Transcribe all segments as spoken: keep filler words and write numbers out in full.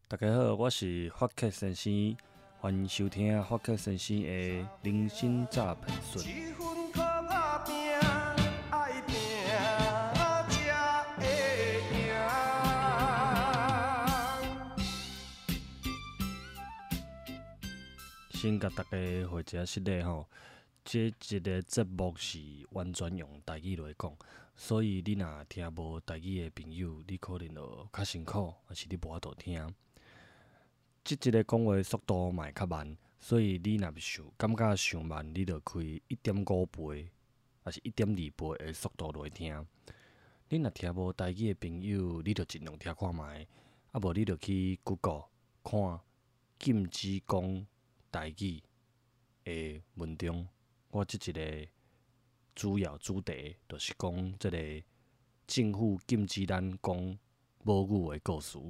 大家好，我是法克先生，欢迎收听法克先生的人生诈骗术。 一份靠打拼，爱拼才会赢。 先甲大家回一下实例吼，这一个节目是完全用台语来讲，所以你若听无台语的朋友，你可能就较辛苦，还是你无法度听。即一个讲话速度嘛会较慢，所以你若想感觉上慢，你着开一点五倍，还是一点二倍的速度来听。你若听无台语的朋友，你着尽量听看觅，啊无你着去 Google 看禁止讲台语的文章。我即一个主要主题就是讲即个政府禁止咱讲母语的故事。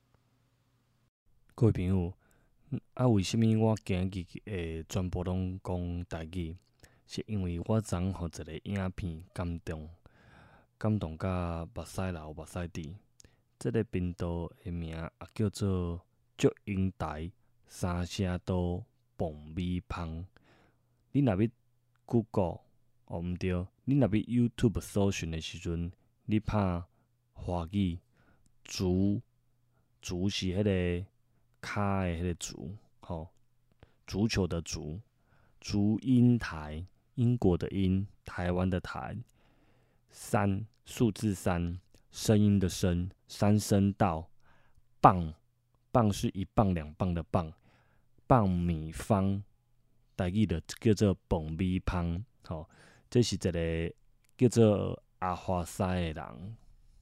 各位朋友，啊，为什物我今日会全部拢讲台语？是因为我昨互一个影片感动，感动甲目屎流目屎滴。即个频道的名也叫做祝英台三声刀爆米芳。你若要 Google 哦毋对，你若要 YouTube 搜寻的时阵，你拍华语足足是迄个骹的迄个足，吼，足球的足，足英台，英国的英，台湾的台，三数字三，声音的声，三声道，棒棒是一磅两磅的磅，爆米芳。台语就叫做爆米芳，吼，这是一个叫做阿华西的人。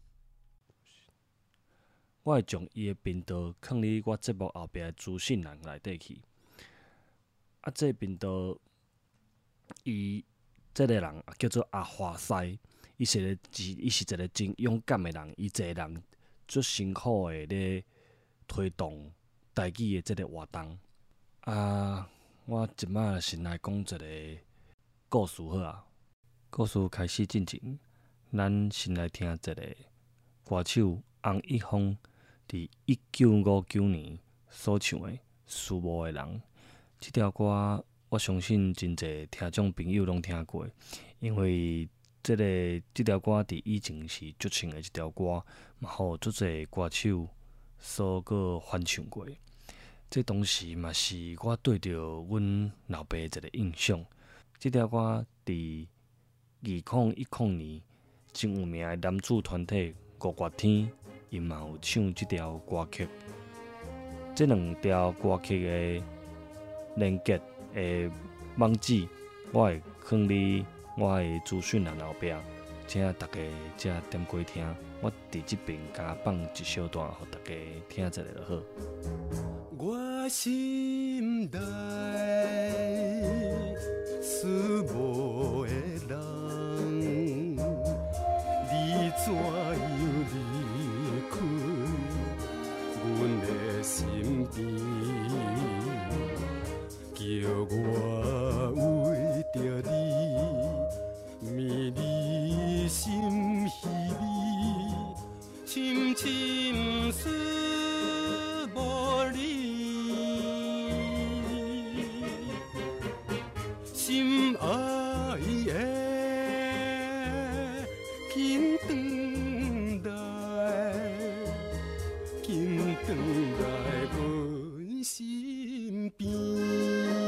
我会将伊的频道放伫我节目后壁的资讯栏内底去。啊，这个频道，伊这个人也叫做阿华西，伊是个伊是一个真勇敢的人，伊一个人足辛苦的咧推动台语的这个活动。啊。我即摆先来讲一个故事好啊。故事开始进前，咱先来听一个歌手洪一峰伫一九五九年所唱的《思无的人》。即条歌，我相信真侪听众朋友拢听过，因为即、这个即条歌伫以前是足唱的一条歌，嘛互足侪歌手所过翻唱过。这当时嘛是我对着阮老爸一个印象。这条歌伫二零一零年真有名的男子团体五月天，因嘛有唱这条歌曲。这两条歌曲的连结的网址，我会放伫我的资讯栏后壁，请大家才点过听。我伫这边加放一小段，互大家听一下就好。 我心内思无的人，你怎样离开阮的身边？叫我为着你，迷离心稀微，深深思无离。心爱的，紧转来，紧转来阮身边。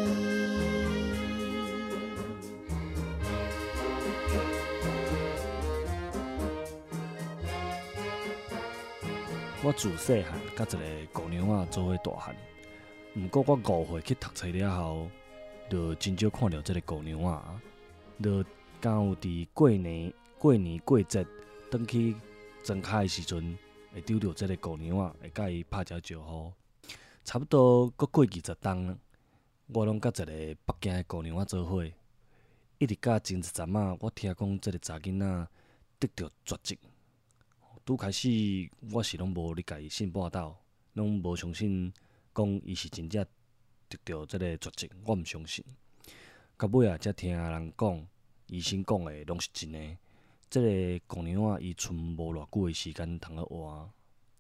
我自细汉甲一个姑娘仔做伙大汉，毋过我五岁去读册了后，就真少看到即个姑娘仔，就刚有伫过年、过年过节，转去庄脚的时阵，会拄到即个姑娘仔，会甲伊拍招招呼。差不多搁过二十冬，我拢甲一个北京的姑娘仔做伙，一直到前一阵仔，我听讲即个查囡仔得到绝症。拄开始我是拢无咧甲伊信半斗，拢无相信讲伊是真正得到即个绝症，我毋相信。到尾啊，才听人讲，医生讲的拢是真的。即、这个姑娘仔伊剩无偌久的时间通去活。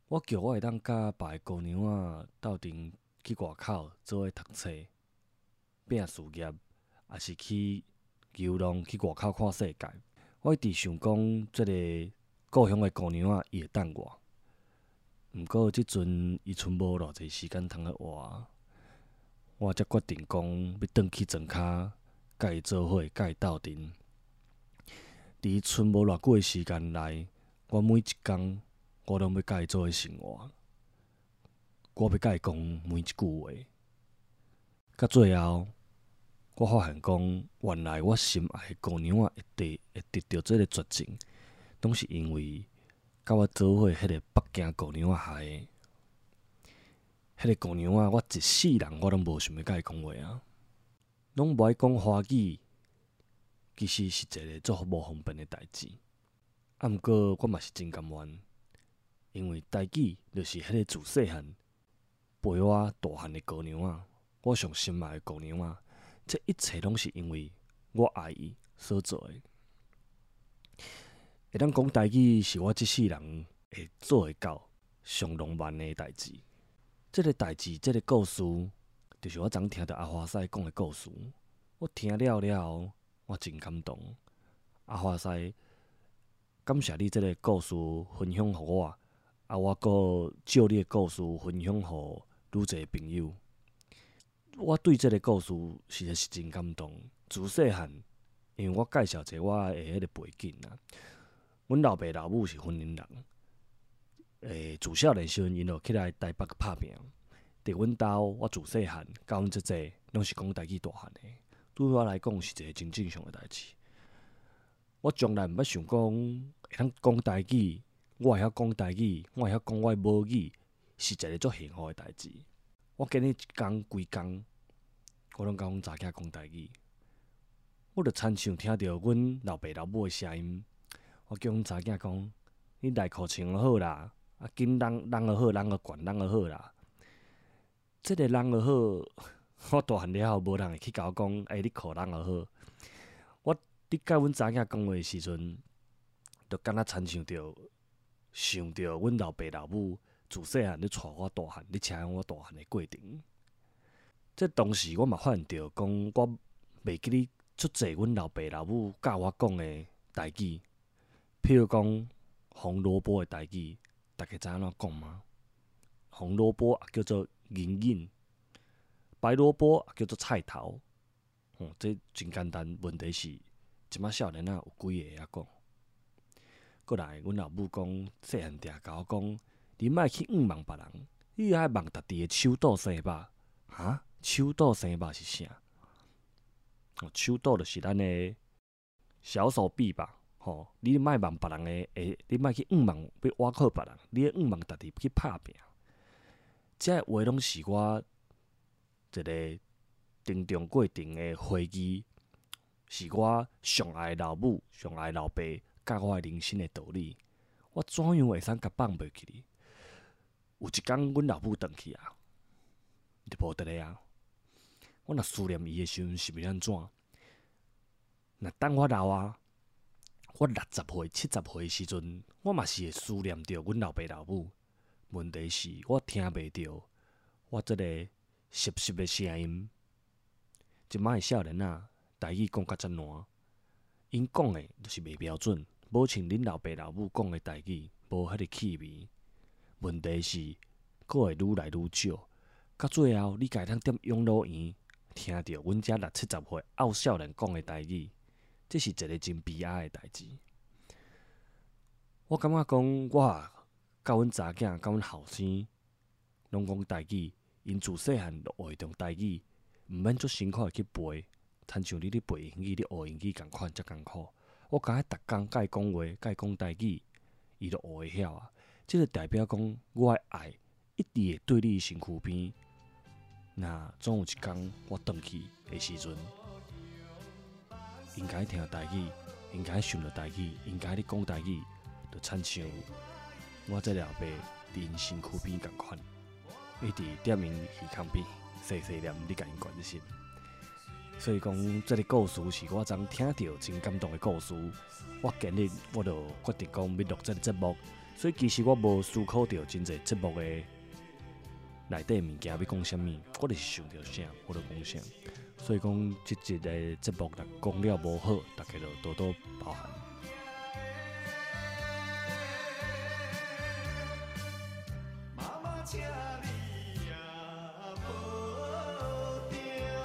我叫我会当甲别个姑娘仔斗阵去外口做伙读册、拼事业，也是去游浪去外口看世界。我一直想讲，即个故乡的姑娘仔伊会等我。毋过即阵伊剩无偌济时间通咧活，我才决定讲要转去庄骹，甲伊做伙，甲伊斗阵。伫剩无偌久的时间内，我每一工我拢要甲伊做伙生活，我要甲伊讲每一句话。到最后，我发现讲，原来我心爱的姑娘仔会得会得到即个绝情，拢是因为甲我做伙迄个北京姑娘仔害的。迄个姑娘仔，我一世人我拢无想要甲伊讲话啊，拢无爱讲华语，其实是一个足无方便的代志。啊，毋过我嘛是真甘愿，因为台语就是迄个自细汉陪我大汉的姑娘仔，我上心爱的姑娘仔，这一切拢是因为我爱伊所做的。会当讲台语是我即世人会做会到上浪漫的代志。即个代志，即个故事，就是我昨听到阿华西讲的故事。我听了了后，我真感动。阿华西，感谢你即个故事分享互我，啊，我阁照你的故事分享互愈侪朋友。我对即个故事实在是真感动。自细汉，因为我介绍者我的迄个背景啊。阮老爸老母是婚姻人，诶，自少年时阵，因就起来台北拍拼。伫阮兜，我自细汉到阮即济，拢是讲台语大汉诶。对我来讲，是一个真正常诶代志。我从来毋捌想讲会通讲台语，我会晓讲台语，我会晓讲我诶母语，是一个足幸福诶代志。我今日一工规工，我拢甲阮查囝讲台语。我着亲像听到阮老爸老母诶声音。我叫阮查囝讲：你内裤穿好啦，啊，紧人人就好，人就悬，人就好啦。即、这个人就好，我大汉了后，无人会去甲我讲，哎、欸，你裤人就好。我你甲阮查囝讲话的时阵，就敢若亲像着想着阮老爸老母自细汉咧带我大汉，咧请我大汉的过程。即当时我嘛发现着讲，我袂记哩足济阮老爸老母教我讲的台语。譬如讲红萝卜的台语，大家知影安怎讲吗？红萝卜也叫做银银，白萝卜也叫做菜头。哦，这真简单。问题是，即摆少年仔有几个会晓讲？过来，阮老母讲，细汉定甲我讲，你莫去忤望别人，你爱望家己的手肚生肉。哈，手肚生肉是啥？哦，手肚就是咱的小手臂吧。吼、哦，你莫望别人诶，诶，你莫去忤望要挖靠别人，你要忤望家己去拍拼。这话拢是我一个成长过程诶回忆，是我上爱老母、上爱老爸教我诶人生诶道理。我怎样会使甲放袂记哩？有一天，阮老母转去啊，就无得咧啊。我若思念伊诶时阵，是要安怎？若等我老啊。我六十岁、七十岁时阵，我嘛是会思念着阮老爸老母。问题是我听袂着我即个熟悉的声音。即摆的少年仔台语讲甲遮烂，因讲的就是袂标准，无像恁老爸老母讲的台语无迄个气味。问题是，佫会愈来愈少。到最后，你家通踮养老院听着阮遮六七十岁傲少年讲的台语。这是一个真悲哀的代志。我感觉讲，我甲阮查囝、甲阮后生，拢讲台语，因自细汉就学中台语，毋免足辛苦去背，亲像你咧背英语、咧学英语共款，遮艰苦。我甲伊逐工甲伊讲话，甲伊讲台语，伊就学会晓啊。这就代表讲，我的爱一直会对你身躯边。那总有一天我转去的时阵。应该听台语，应该想着台语，应该咧讲台语，就亲像我这老爸伫因身躯边共款，一直踮因耳孔边细细念你甲因关心。所以讲，这个故事是我昨听到真感动的故事。我今日我就决定讲要录这个节目， 所以其实我无思考到真侪节目的内底物件要讲啥物，我就是想到啥，我就讲啥。所以讲，即一个节目若讲了无好，大家就多多包涵。 妈妈请你呀保重。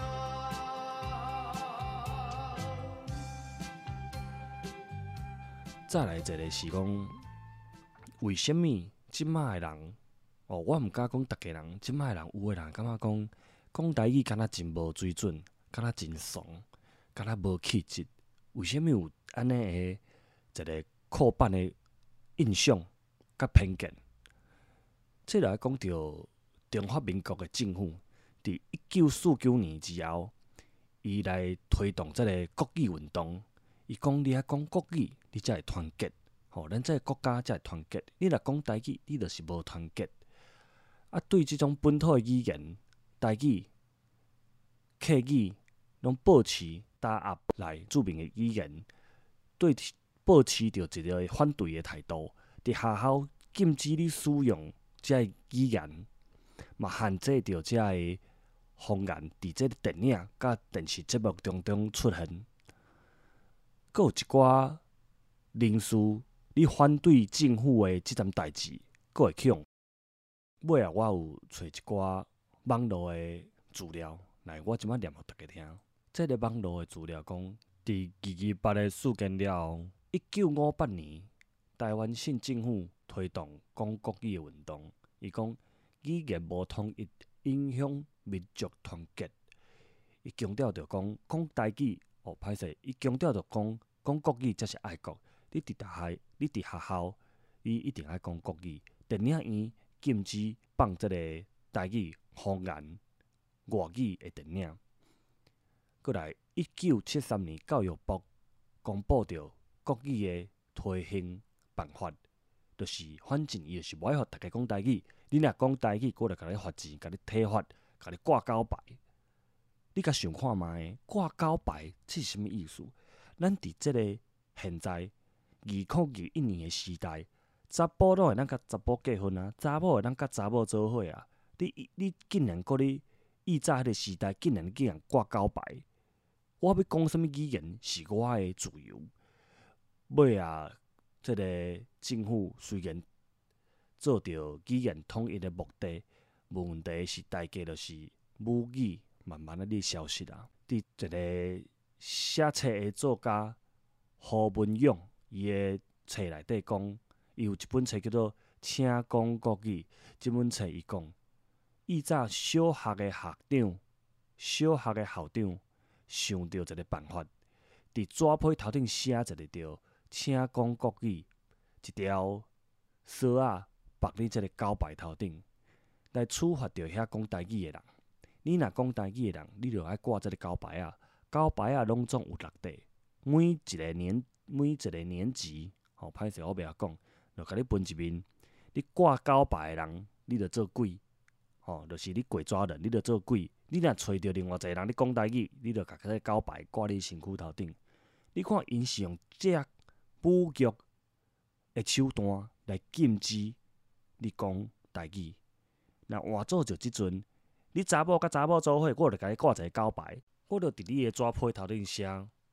再来一个是讲，为什么即马的人，哦，我毋敢讲逐个人，即马的人有的人感觉讲，讲台语敢若真无水准，敢若真怂，敢若无气质。为什么有安尼的一个刻板的印象甲偏见？这来讲到中华民国的政府，伫一九四九年之后，伊来推动这个国语运动。伊讲你爱讲国语，你才会团结。吼，咱这个国家才会团结。你若讲台语，你就是无团结。啊，对即种本土的语言，台语、客语，拢保持打压来著名的语言，对保持着一个反对的态度。伫学校禁止你使用这个语言，嘛限制着这个方言伫这个电影甲电视节目当中出现。阁有一寡人士，你反对政府的即件代志，阁会去用。尾啊，我有找一寡网络的资料，来我即摆念互大家听。这个网络的资料讲，伫二二八的事件了后，一九五八年，台湾省政府推动讲国语的运动。伊讲语言无统一，影响民族团结。伊强调着讲，讲台语。哦，歹势，伊强调着讲，讲国语才是爱国。你伫大学，你伫学校，你一定爱讲国语。电影院禁止放即个台语、方言、外语的电影。过来，一九七三年，教育部公布着国语的推行办法，就是反正伊就是无爱互大家讲台语。你若讲台语，我就甲你罚钱，甲你体罚，甲你挂狗牌。你甲想看觅，挂狗牌这是啥物意思？咱伫即个现在二零二一年的时代，查甫拢会当甲查甫结婚啊，查某会当甲查某做伙啊。你你竟然搁咧以早迄个时代，竟然竟然挂狗牌，我要讲啥物语言是我的自由。尾啊，即个政府虽然做着语言统一的目的，无问题是代价就是母语。慢慢啊，咧消失啊！伫一个写册的作家胡文勇，伊的册内底讲，伊有一本册叫做《请讲国语》。即本册伊讲，以早小学的校长、小学的校长想到一个办法，伫纸皮头顶写一个着“请讲国语”，一条绳仔绑伫即个狗牌头顶，来处罚着遐讲台语的人。你若讲台语的人，你就爱挂即个狗牌啊！狗牌啊，拢总有六块，每一个年每一个年级，吼、哦，歹势我袂晓讲，就甲你分一面。你挂狗牌的人，你就做鬼，吼、哦，就是你过纸人，你就做鬼。你若找着另外一个人，你讲台语，你就甲迄个狗牌挂你身躯头顶。你看，因是用这侮辱的手段来禁止你讲台语。那换做就即阵。你查某甲查某做伙，我就甲你挂一个狗牌，我就伫你的纸皮头顶写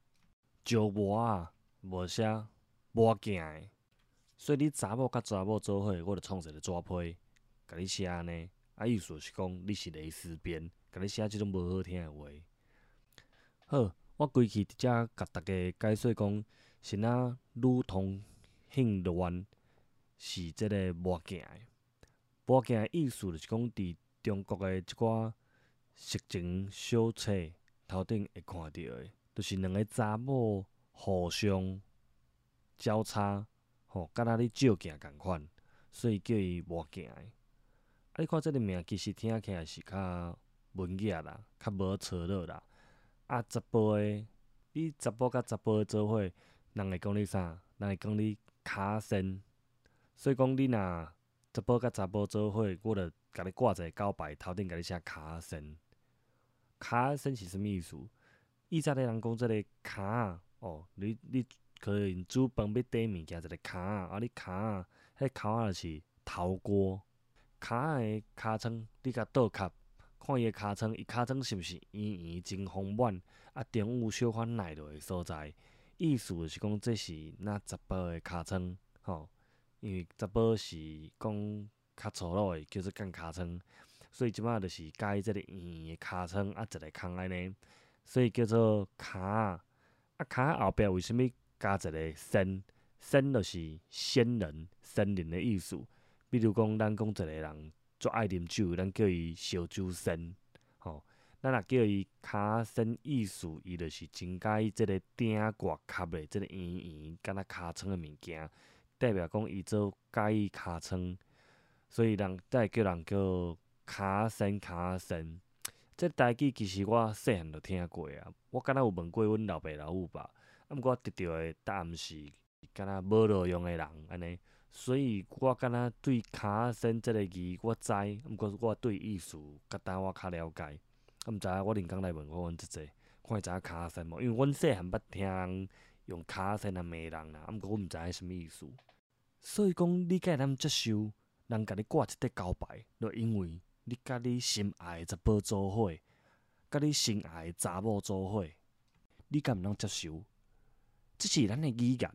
“招无啊”，无写“无惊”的。所以你查某甲查某做伙，我就创一个纸皮，甲你写安尼。啊，意思是讲你是蕾丝边，甲你写即种无好听的话。好，我规气伫遮甲大家解说讲，是哪女同性恋是即个无惊的。无惊的意思就是讲伫中国的一寡色情小册头顶会看到的，就是两个查某互相交叉，吼，敢若咧照镜共款，所以叫伊无镜的。啊，你看这个名其实听起来是较文雅啦，较无错落啦。啊，查甫的，你查甫甲查甫的做伙，人会讲你啥？人会讲你卡身，所以讲你若查甫甲查甫做伙，我着甲你挂一个狗牌，头顶甲你写卡身。卡身是啥物意思？以前咧人讲即个卡哦，你你可能煮饭要缀物件，一个卡啊，你卡迄口仔就是头锅，骹仔的尻川你甲倒卡，看伊的尻川，伊尻川是毋是圆圆真丰满，啊中有小可耐落的所在。意思就是讲，这是咱查甫的尻川，吼，因为查甫是讲较粗鲁的，叫做干尻川，所以即摆就是介意即个圆圆的尻川，啊一个空安尼，所以叫做骹仔。啊骹仔后壁为虾物加一个仙？仙就是仙人、仙人的意思。比如讲，咱讲一个人足爱啉酒，咱叫伊烧酒仙，吼。咱若叫伊骹仔仙，意思伊就是真介意即个顶外壳的即个圆圆，敢若尻川的物件，代表讲伊做介意尻川，所以人才会叫人叫骹仔仙、骹仔仙。这台语其实我细汉就听过啊，我敢若有问过阮老爸老母吧，啊，毋过我得到的答案是敢若无路用的人安尼，所以我敢若对骹仔仙这个字我知，毋过我对意思甲单我较了解。啊，毋知影我连讲来问我阮即个，看伊知影骹仔仙无？因为阮细汉捌听人用骹仔仙来骂人啦，啊，毋过阮毋知影什物意思。所以讲，你敢会当接受人甲你挂一块交牌，就因为你甲你心爱的查甫做伙，甲你心爱的查某做伙，你敢毋通接受？这是咱的语言。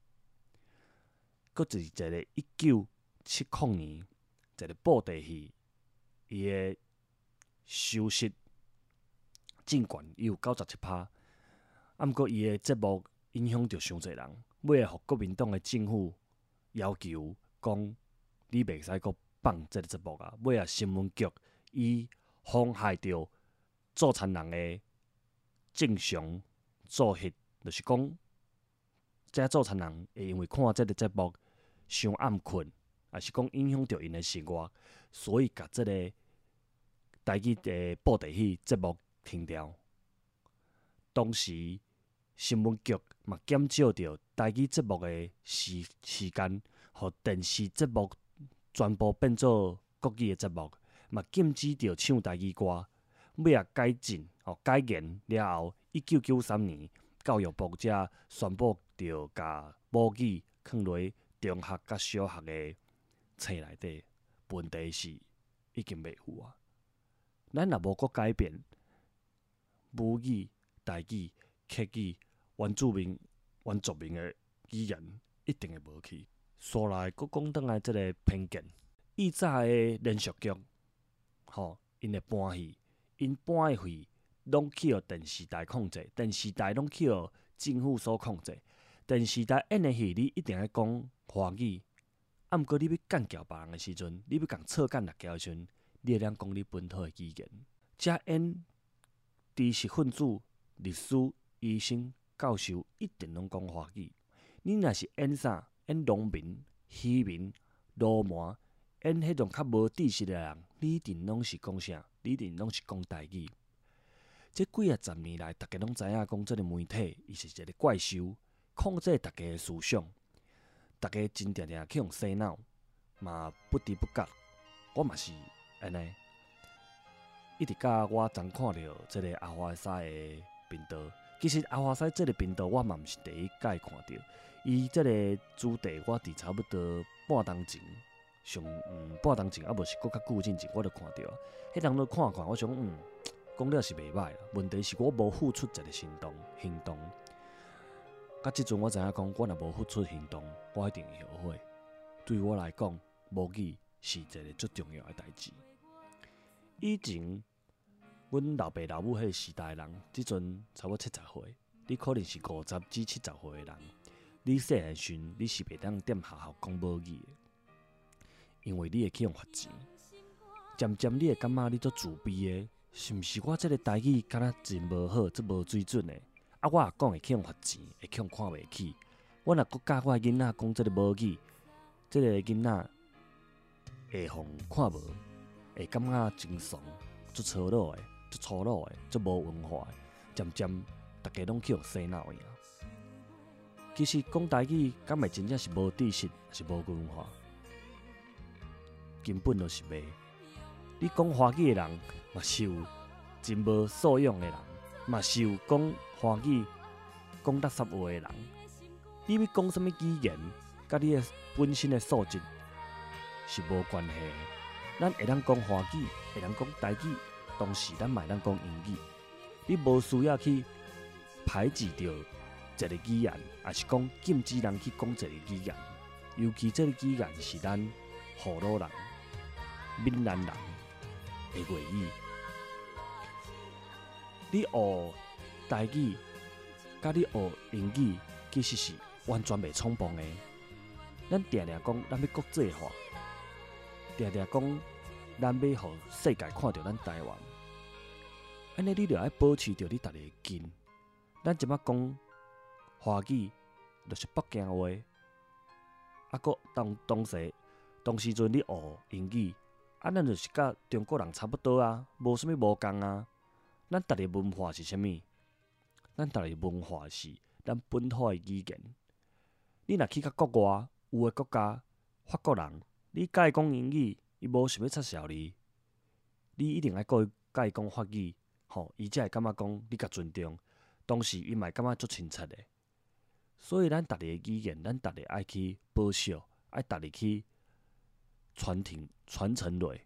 搁是一个一九七零年一个布袋戏，伊的收视尽管伊有九十七趴，啊，毋过伊的节目影响着伤侪人，尾会互国民党的政府要求讲，你袂使搁放即个节目啊！尾啊，新闻局伊妨害着助残人的正常作息，就是讲，这助残人会因为看即个节目伤暗困，还是讲影响着因的生活，所以甲即个台语的布袋戏节目停掉。当时新闻局嘛减少着台语节目的时时间，互电视节目全部变做国语的节目，嘛禁止着唱台语歌。尾啊改进哦改言了后，一九九三年教育部才宣布着甲母语放落中学甲小学的册内底。问题是已经袂有啊。咱若无搁改变母语、台语、客语、原住民、原住民的语言，一定会无去。说来，搁讲倒来，即个偏见，以早的连续剧，吼，因会搬戏，因搬的戏拢去互电视台控制，电视台拢去互政府所控制。电视台演的戏，你一定要讲华语。啊，毋过你要干掉别人的时阵，你要共错干六条的时阵，你会当讲你本土的语言。遮演知识分子、律师、医生、教授，一定拢讲华语。你若是演啥？演农民、渔民、流氓，演迄种较无知识的人，你一定拢是讲啥？你一定拢是讲台语。这几啊十年来，大家拢知影讲，这个媒体伊是一个怪兽，控制大家的思想。大家真定定去用洗脑，嘛不知不觉，我嘛是安尼。一直甲我昨看到这个阿华西的频道，其实阿华西这个频道我嘛毋是第一届看到。伊即个主题，我伫差不多半当前，上嗯半当前，啊无是搁较久进前，我就看到。迄人都看看，我想嗯，讲了是袂歹啦。问题是我无付出一个行动，行动。到即阵我知影讲，我若无付出行动，我一定会后悔。对我来讲，母语是一个最重要的代志。以前，阮老爸老母迄个时代的人，即阵差不多七十岁，你可能是五十至七十岁的人。你细汉时，你是袂当踮学校讲母语的，因为你会去用罚钱。渐渐你会感觉你做自卑的，是毋是我即个台语敢若真无好，真无水准的？啊，我也讲会去用罚钱，会去用看袂起。我若搁教我囡仔讲即个母语，即个囡仔会互看无，会感觉真怂，足粗鲁的，足粗鲁的，足无文化的。渐渐，大家拢去用洗脑呀。其实讲台语，敢会真正是无知识，是无文化，根本就是袂。你讲华语的人，嘛是有真无素养的人，嘛是有讲华语讲垃圾话的人。你要讲什么语言， 甲你诶本身诶素质是无关系的。咱会当讲华语，会当讲台语，同时咱嘛会当讲英语。你无需要去排斥掉一个语言，也是讲禁止人去讲一个语言。尤其这个语言是咱河洛人、闽南人的话语。你学台语，甲你学英语，其实是完全袂冲撞的。咱常常讲，咱要国际化，常常讲，咱要互世界看到咱台湾。安尼，你就要保持着你家己的根。咱即摆讲华语，就是北京话。啊，搁当当时当时阵你学英语，啊，咱就是甲中国人差不多啊，无啥物无共啊。咱逐个文化是啥物？咱逐个文化是咱本土的语言。你若去到国外，有诶国家，法国人，你甲伊讲英语，伊无想要插潲你，你一定爱甲伊甲伊讲法语，吼，伊才会感觉讲你甲尊重，同时伊嘛会感觉足亲切诶。所以咱逐个诶语言，咱逐个爱去保守，爱逐个去传承传承落。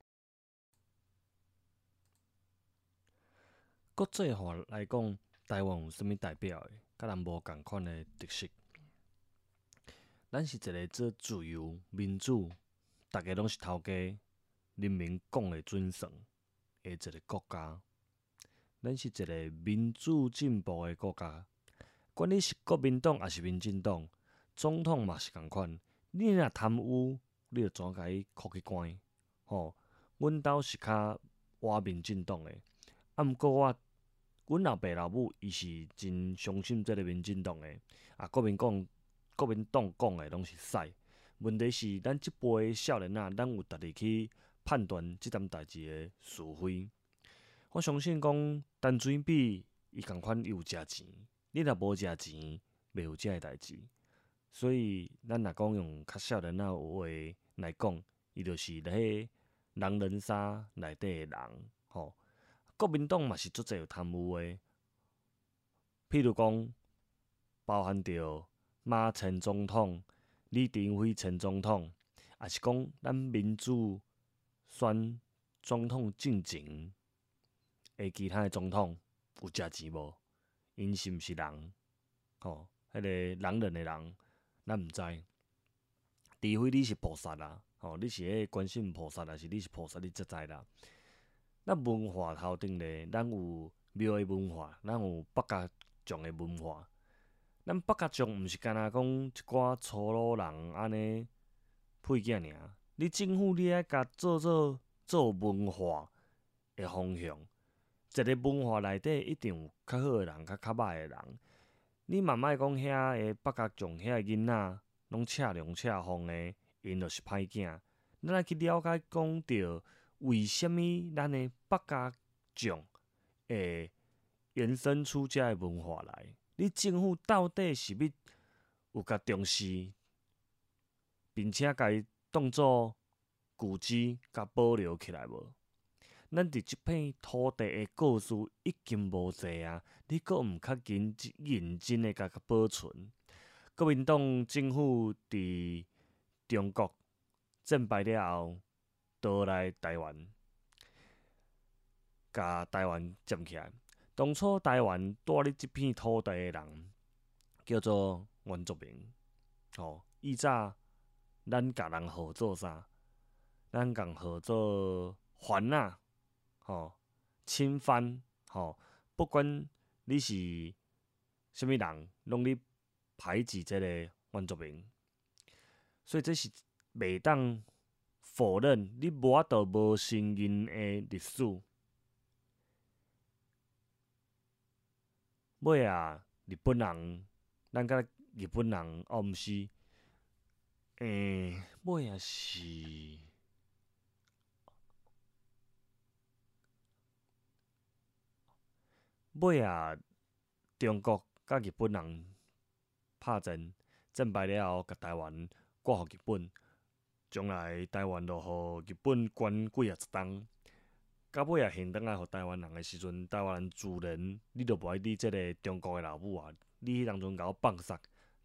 国际化来讲，台湾有啥物代表诶？甲咱无共款诶特色。咱是一个做自由、民主，大家拢是头家，人民讲诶准算诶一个国家。咱是一个民主进步诶国家。管你是国民党还是民进党，总统嘛是共款。你若贪污，你就怎甲伊扣去关？吼，阮兜是较活民进党诶，啊，毋过我。阮老爸老母伊是真相信即个民进党诶，啊，国民党国民党讲诶拢是屎。问题是咱即辈少年仔，咱有逐日去判断即件代志诶是非。我相信讲陈水扁伊共款有食钱，你若无食钱，袂有遮个代志。所以咱若讲用较少年仔话来讲，伊就是咧狼人杀内底诶人，吼。国民党嘛是足侪有贪污诶，譬如讲，包含着马前总统、李登辉前总统，也是讲咱民主选总统进前诶其他诶总统有食钱无？因是毋是人？吼，迄个狼人诶人，咱毋知。除非你是菩萨啦，吼，你是迄观世音菩萨，还是你是菩萨，你才知啦。咱文化头顶咧，咱有庙诶文化，咱有百家将诶文化。咱百家将毋是干若讲一寡粗鲁人安尼配件尔。你政府你爱甲做做做文化诶方向，一个文化内底一定有较好诶人，甲较歹诶人。你嘛莫讲遐诶百家将遐诶囡仔拢恰良恰风诶，因就是歹囝。咱爱去了解讲着。为什么咱的百家将会延伸出遮个文化来？你政府到底是要有甲重视，并且甲伊当作古迹，甲保留起来无？咱伫即片土地的故事已经无济啊，你阁毋较认认真的甲它保存？国民党政府伫中国战败了后。倒来台湾，甲台湾占起来。当初台湾住伫即片土地的人叫做原住民。吼，以早咱甲人号做啥？咱共号做番仔，吼，侵犯，吼，不管你是啥物人，拢咧排挤即个原住民。所以这是袂当。否认你无法度无承认的历史。尾啊，日本人，咱甲日本人哦，毋是，诶，尾啊是，尾啊，中国甲日本人拍战，战败了后，甲台湾割互日本。将来台湾就互日本管几啊十冬，到尾啊现当来互台湾人的时阵，台湾人自然你就无爱理即个中国的老母啊，你迄当阵甲我放杀，甲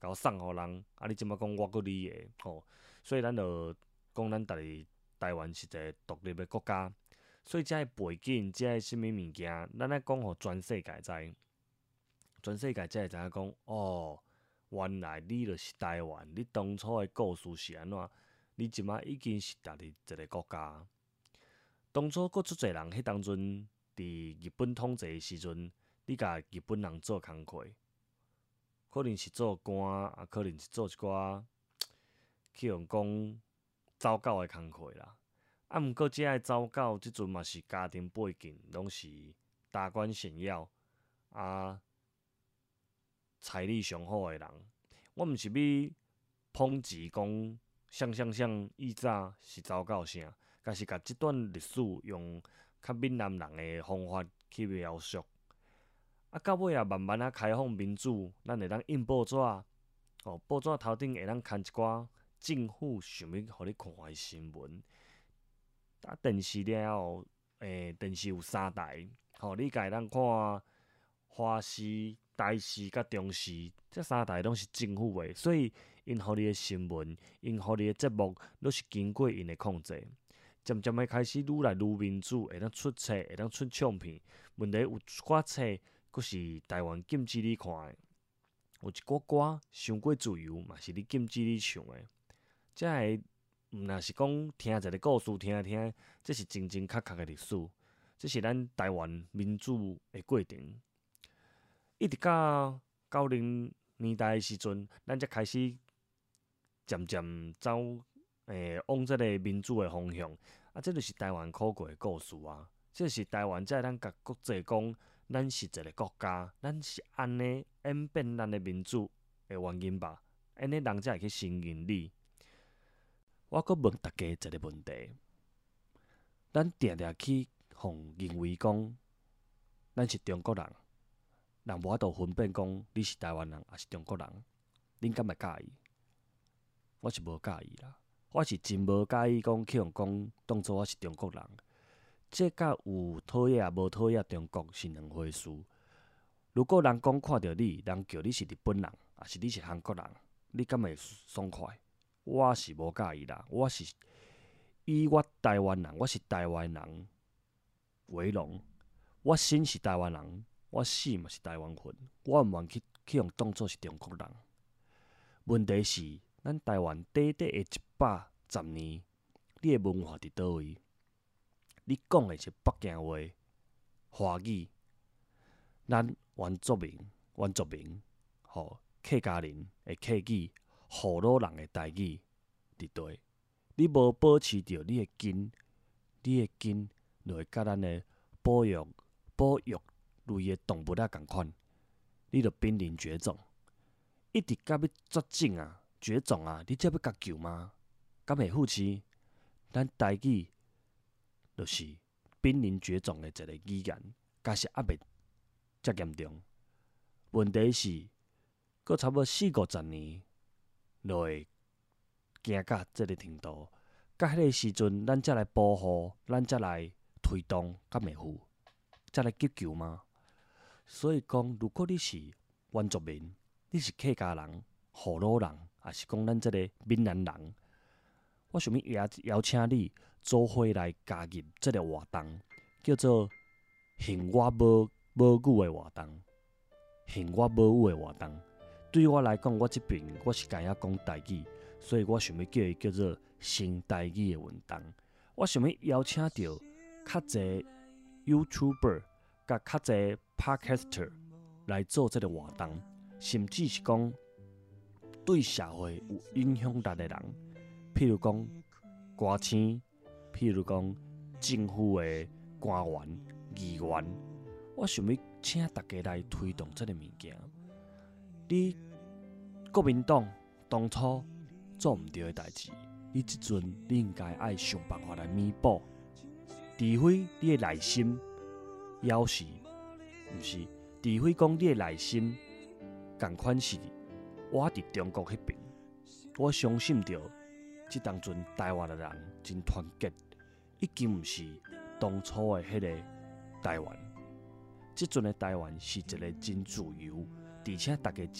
甲我送互人，啊，你即摆讲我搁你的，吼，所以咱就讲咱家己台湾是一个独立的国家，所以遮个背景，遮个啥物物件，咱爱讲互全世界知，全世界才会知影讲，哦，原来你就是台湾，你当初的故事是安怎？你即摆已经是独立一个国家。当初搁足侪人迄当阵伫日本统治的时阵，你甲日本人做工课，可能是做官，啊，可能是做一寡去用讲走狗的工课啦。啊，毋过遮个走狗即阵嘛是家庭背景，拢是达官显要啊，财力上好的人。我毋是要抨击讲，像像像以早是走狗啥，但是甲即段历史用较闽南人的方法去描述。啊，到尾啊，慢慢啊开放民主，咱会当印报纸，哦，报纸头顶会当牵一寡政府想要互你看的新闻。啊，电视了后，诶、欸，电视有三台，吼、哦，你家当看华视、台视甲中视，这三台拢是政府的，所以因互你的新闻，因互你的节目，都是经过因的控制。渐渐的开始愈来愈民主，会当出册，会当出唱片。问题有一寡册，佫是台湾禁止你看的；有一寡歌伤过自由，嘛是你禁止你唱的。这个毋若是讲听一个故事听听，这是真真确确的历史，这是咱台湾民主的过程。一直到九零年代的时阵，咱才开始渐渐走。诶，往即个民主的方向，啊，这就是台湾可贵的故事啊！这是台湾才咱甲国际讲，咱是一个国家，咱是安尼演变咱的民主的原因吧？安尼人才会去承认你。我阁问大家一个问题：咱定定去互认为讲，咱是中国人，人无法度分辨讲你是台湾人还是中国人，恁敢会介意？我是无介意啦。我是真无介意讲去用讲当作我是中国人，这甲有讨厌无讨厌中国是两回事。如果人讲看到你，人叫你是日本人，还是你是韩国人，你敢会爽快？我是无介意啦。我是以我台湾人，我是台湾人为荣。我生是台湾人，我死嘛是台湾魂。我毋愿去去用当作是中国人。问题是，咱台湾短短的一百十年，你的文化伫倒位？你讲的是北京话、华语，咱原住民、原住民，吼客家人的客语，河洛人的台语伫倒？你无保持着你的根，你的根就会甲咱的保育、保育类的动物啊共款，你就濒临绝种，一直甲要绝种啊！绝种啊！你才要甲救吗？敢会负气？咱台语就是濒临绝种的一个语言，假是还袂遮严重。问题是，搁差不多四五十年，就会行到这个程度。到迄个时阵，咱才来保护，咱才来推动，敢会负？才来急救吗？所以讲，如果你是原住民，你是客家人、河洛人，还是讲咱这个闽南人，我想要邀邀请你做伙来加入这个活动，叫做“幸我母母语”的活动。幸我母语的活动，对我来讲，我这边我是敢晓讲台语，所以我想要叫伊叫做“新台语”的运动。我想要邀请到较侪 YouTuber 甲较侪 Podcaster 来做这个活动，甚至是讲对社会有影响力的人，譬如讲歌星，譬如讲政府的官员、议员，我想要请大家来推动这个物件。你国民党当初做毋对的代志，你即阵你应该爱想办法来弥补。除非你的内心要是，毋是，除非讲你的内心共款是。我伫中国迄边，我相信着，即当阵台湾的人真团结，已经毋是当初的迄个台湾。即阵的台湾是一个真自由，而且大家真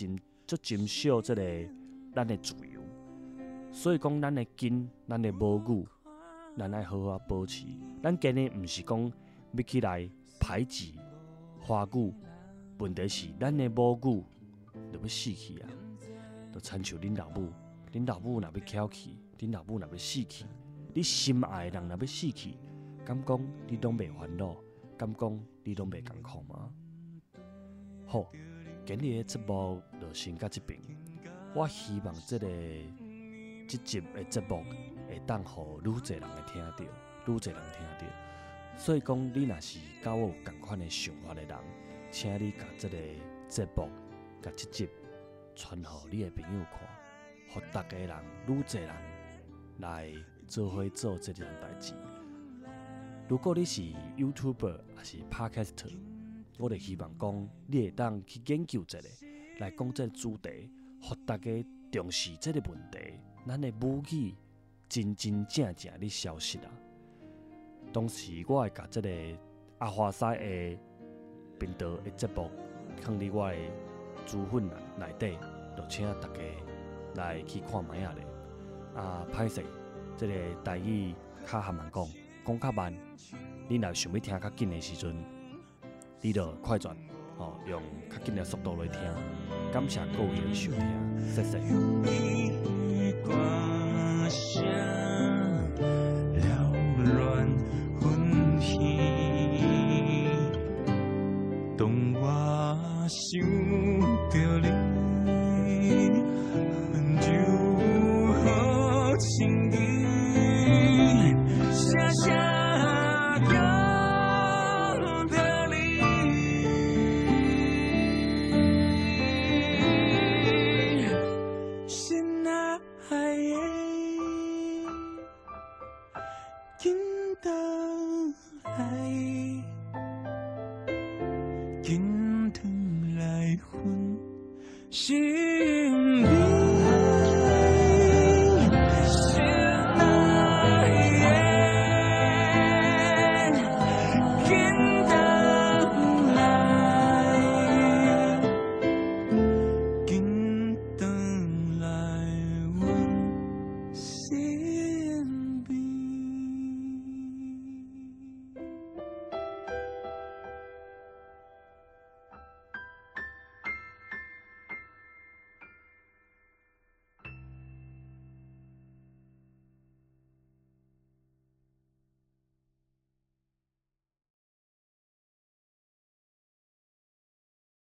足珍惜即个咱的自由，所以讲咱的根、咱的母语，咱爱好好保持。咱今日毋是讲要起来排挤华语，问题是咱的母语就要死去啊！就亲像恁老母，恁老母若要翘去，恁老母若要死去，你心爱的人若要死去，敢讲你拢袂烦恼？敢讲你拢袂艰苦吗？好，今日的节目就先到这边。我希望这个这集的节目会当互愈侪人会听到，愈侪人听到。所以讲，你若是甲我有同款的想法的人，请你甲这个节目、甲这集传互你的朋友看，互大家人愈侪人来做伙做这件代志。如果你是 YouTuber 还是 Podcaster， 我就希望讲你会当去研究一下，来讲这个主题，互大家重视这个问题。咱的母语真真正正咧消失啊！当时我会甲这个阿华西的频道的节目放伫我的资讯内底，就请大家来去看卖下咧。啊，歹势，这个台语较含慢讲。讲较慢，你若想要听较紧的时阵，你就快转，哦，用较紧的速度来听。感谢各位的收听，谢谢。当我想着你，很久好情意。下下有的你，心爱的，紧倒来，紧转来分。